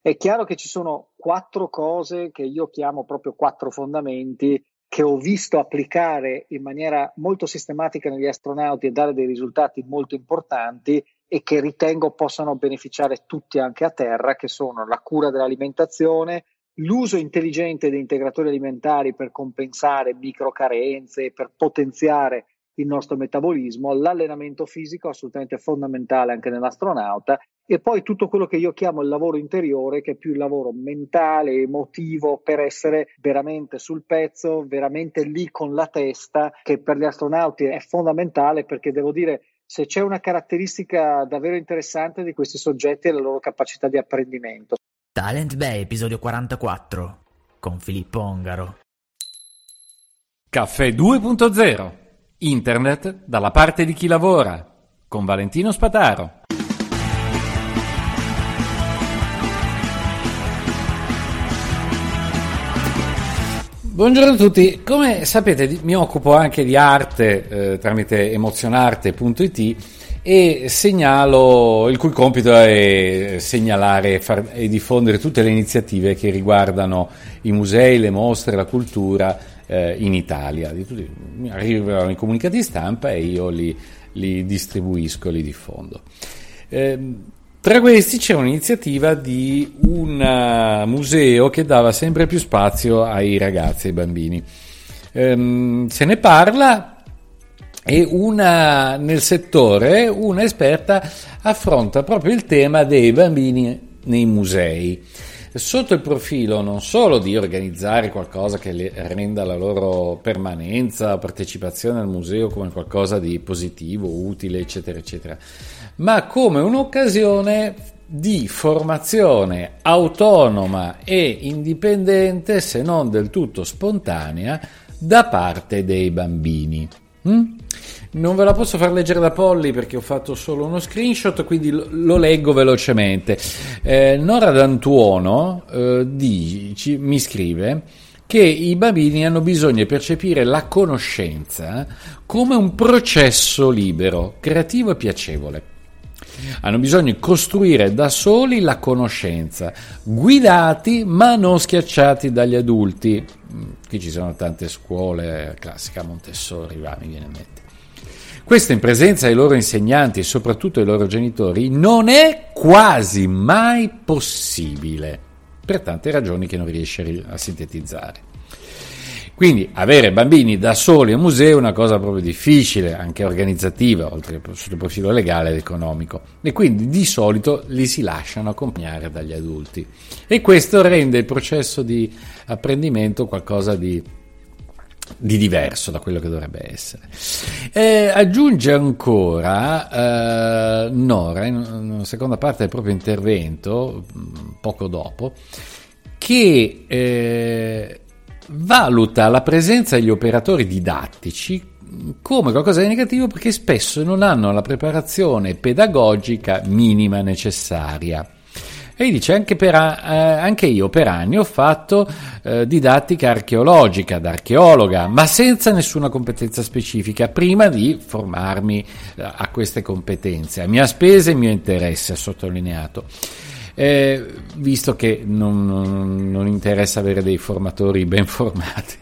È chiaro che ci sono 4 cose che io chiamo proprio 4 fondamenti che ho visto applicare in maniera molto sistematica negli astronauti e dare dei risultati molto importanti e che ritengo possano beneficiare tutti anche a terra, che sono la cura dell'alimentazione, l'uso intelligente di integratori alimentari per compensare microcarenze, per potenziare il nostro metabolismo, l'allenamento fisico assolutamente fondamentale anche nell'astronauta, e poi tutto quello che io chiamo il lavoro interiore, che è più il lavoro mentale, emotivo, per essere veramente sul pezzo, veramente lì con la testa, che per gli astronauti è fondamentale, perché devo dire, se c'è una caratteristica davvero interessante di questi soggetti è la loro capacità di apprendimento. Talent Bay, episodio 44, con Filippo Ongaro. Caffè 2.0, internet dalla parte di chi lavora, con Valentino Spataro. Buongiorno a tutti, come sapete mi occupo anche di arte tramite emozionarte.it e segnalo, il cui compito è segnalare e diffondere tutte le iniziative che riguardano i musei, le mostre, la cultura in Italia. Mi arrivano i comunicati stampa e io li distribuisco, li diffondo. Tra questi c'è un'iniziativa di un museo che dava sempre più spazio ai ragazzi e ai bambini. Se ne parla e nel settore una esperta affronta proprio il tema dei bambini nei musei, sotto il profilo non solo di organizzare qualcosa che renda la loro permanenza, partecipazione al museo come qualcosa di positivo, utile, eccetera, eccetera, ma come un'occasione di formazione autonoma e indipendente, se non del tutto spontanea, da parte dei bambini. Non ve la posso far leggere da Polly perché ho fatto solo uno screenshot, quindi lo leggo velocemente. Nora D'Antuono mi scrive che i bambini hanno bisogno di percepire la conoscenza come un processo libero, creativo e piacevole. Hanno bisogno di costruire da soli la conoscenza, guidati ma non schiacciati dagli adulti. Qui ci sono tante scuole, classica Montessori, mi viene in mente. Questo in presenza dei loro insegnanti e soprattutto dei loro genitori non è quasi mai possibile, per tante ragioni che non riesce a sintetizzare. Quindi avere bambini da soli a museo è una cosa proprio difficile, anche organizzativa, oltre che sotto il profilo legale ed economico, e quindi di solito li si lasciano accompagnare dagli adulti, e questo rende il processo di apprendimento qualcosa di diverso da quello che dovrebbe essere. Aggiunge ancora Nora in una seconda parte del proprio intervento, poco dopo, che valuta la presenza degli operatori didattici come qualcosa di negativo perché spesso non hanno la preparazione pedagogica minima necessaria. E dice anche io per anni ho fatto didattica archeologica da archeologa, ma senza nessuna competenza specifica, prima di formarmi a queste competenze, a mia spesa e mio interesse, ha sottolineato. Visto che non interessa avere dei formatori ben formati,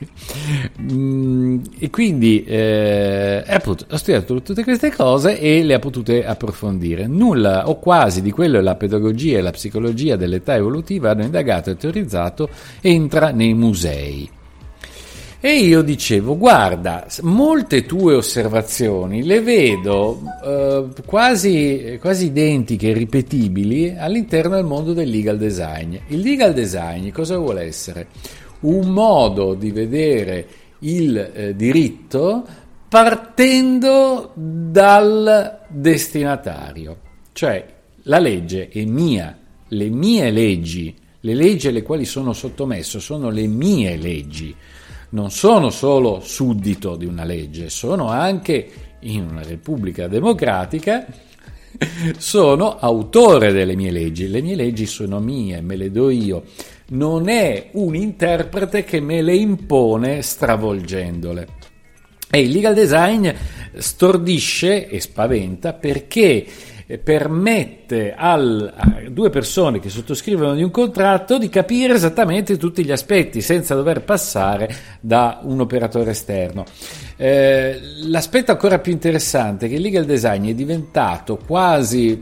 e quindi appunto ho studiato tutte queste cose e le ha potute approfondire. Nulla o quasi di quello che la pedagogia e la psicologia dell'età evolutiva hanno indagato e teorizzato entra nei musei. E io dicevo, guarda, molte tue osservazioni le vedo quasi identiche e ripetibili all'interno del mondo del legal design. Il legal design cosa vuole essere? Un modo di vedere il diritto partendo dal destinatario. Cioè, la legge è mia, le mie leggi, le leggi alle quali sono sottomesso sono le mie leggi. Non sono solo suddito di una legge, sono anche, in una repubblica democratica, sono autore delle mie leggi. Le mie leggi sono mie, me le do io. Non è un interprete che me le impone stravolgendole. E il legal design stordisce e spaventa perché permette a due persone che sottoscrivono di un contratto di capire esattamente tutti gli aspetti senza dover passare da un operatore esterno. L'aspetto ancora più interessante è che il legal design è diventato quasi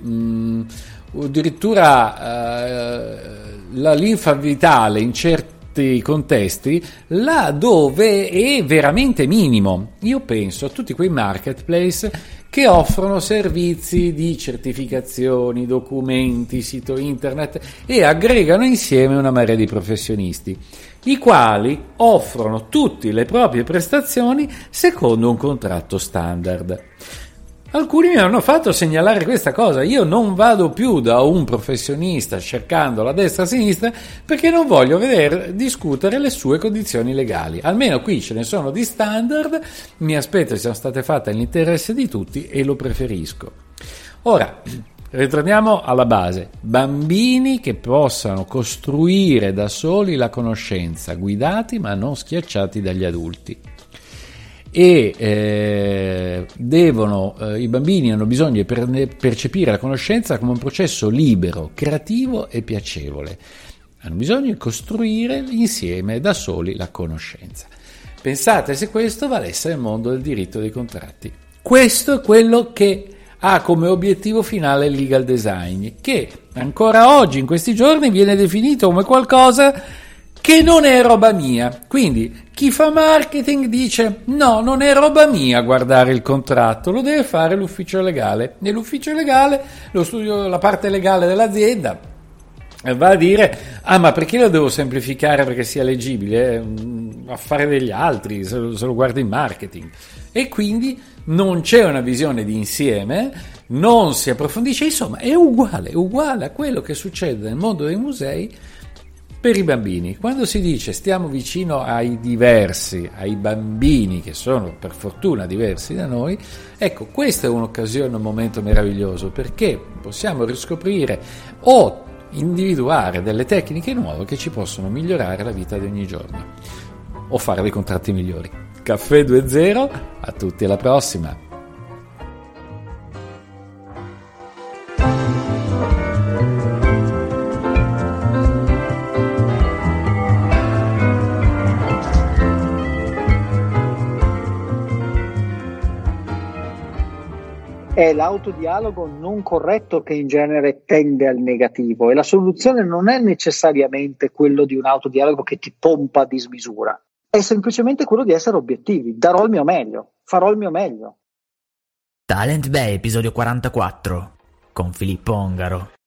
addirittura la linfa vitale in certi contesti, là dove è veramente minimo. Io penso a tutti quei marketplace che offrono servizi di certificazioni, documenti, sito internet e aggregano insieme una marea di professionisti, i quali offrono tutte le proprie prestazioni secondo un contratto standard. Alcuni mi hanno fatto segnalare questa cosa: io non vado più da un professionista cercando la destra a sinistra perché non voglio vedere discutere le sue condizioni legali. Almeno qui ce ne sono di standard, mi aspetto che siano state fatte nell'interesse di tutti e lo preferisco. Ora, ritorniamo alla base: bambini che possano costruire da soli la conoscenza, guidati ma non schiacciati dagli adulti. E i bambini hanno bisogno di percepire la conoscenza come un processo libero, creativo e piacevole. Hanno bisogno di costruire insieme da soli la conoscenza. Pensate se questo valesse nel mondo del diritto dei contratti. Questo è quello che ha come obiettivo finale il legal design, che ancora oggi, in questi giorni, viene definito come qualcosa che non è roba mia. Quindi chi fa marketing dice no, non è roba mia guardare il contratto, lo deve fare l'ufficio legale, e l'ufficio legale, lo studio, la parte legale dell'azienda va a dire ma perché lo devo semplificare perché sia leggibile? Affare degli altri, se lo guardo in marketing. E quindi non c'è una visione di insieme, non si approfondisce, insomma è uguale a quello che succede nel mondo dei musei per i bambini. Quando si dice stiamo vicino ai diversi, ai bambini che sono per fortuna diversi da noi, ecco, questa è un'occasione, un momento meraviglioso, perché possiamo riscoprire o individuare delle tecniche nuove che ci possono migliorare la vita di ogni giorno o fare dei contratti migliori. Caffè 2.0, a tutti, alla prossima. È l'autodialogo non corretto che in genere tende al negativo, e la soluzione non è necessariamente quello di un autodialogo che ti pompa a dismisura, è semplicemente quello di essere obiettivi. Darò il mio meglio, farò il mio meglio. Talent Bay, episodio 44, con Filippo Ongaro.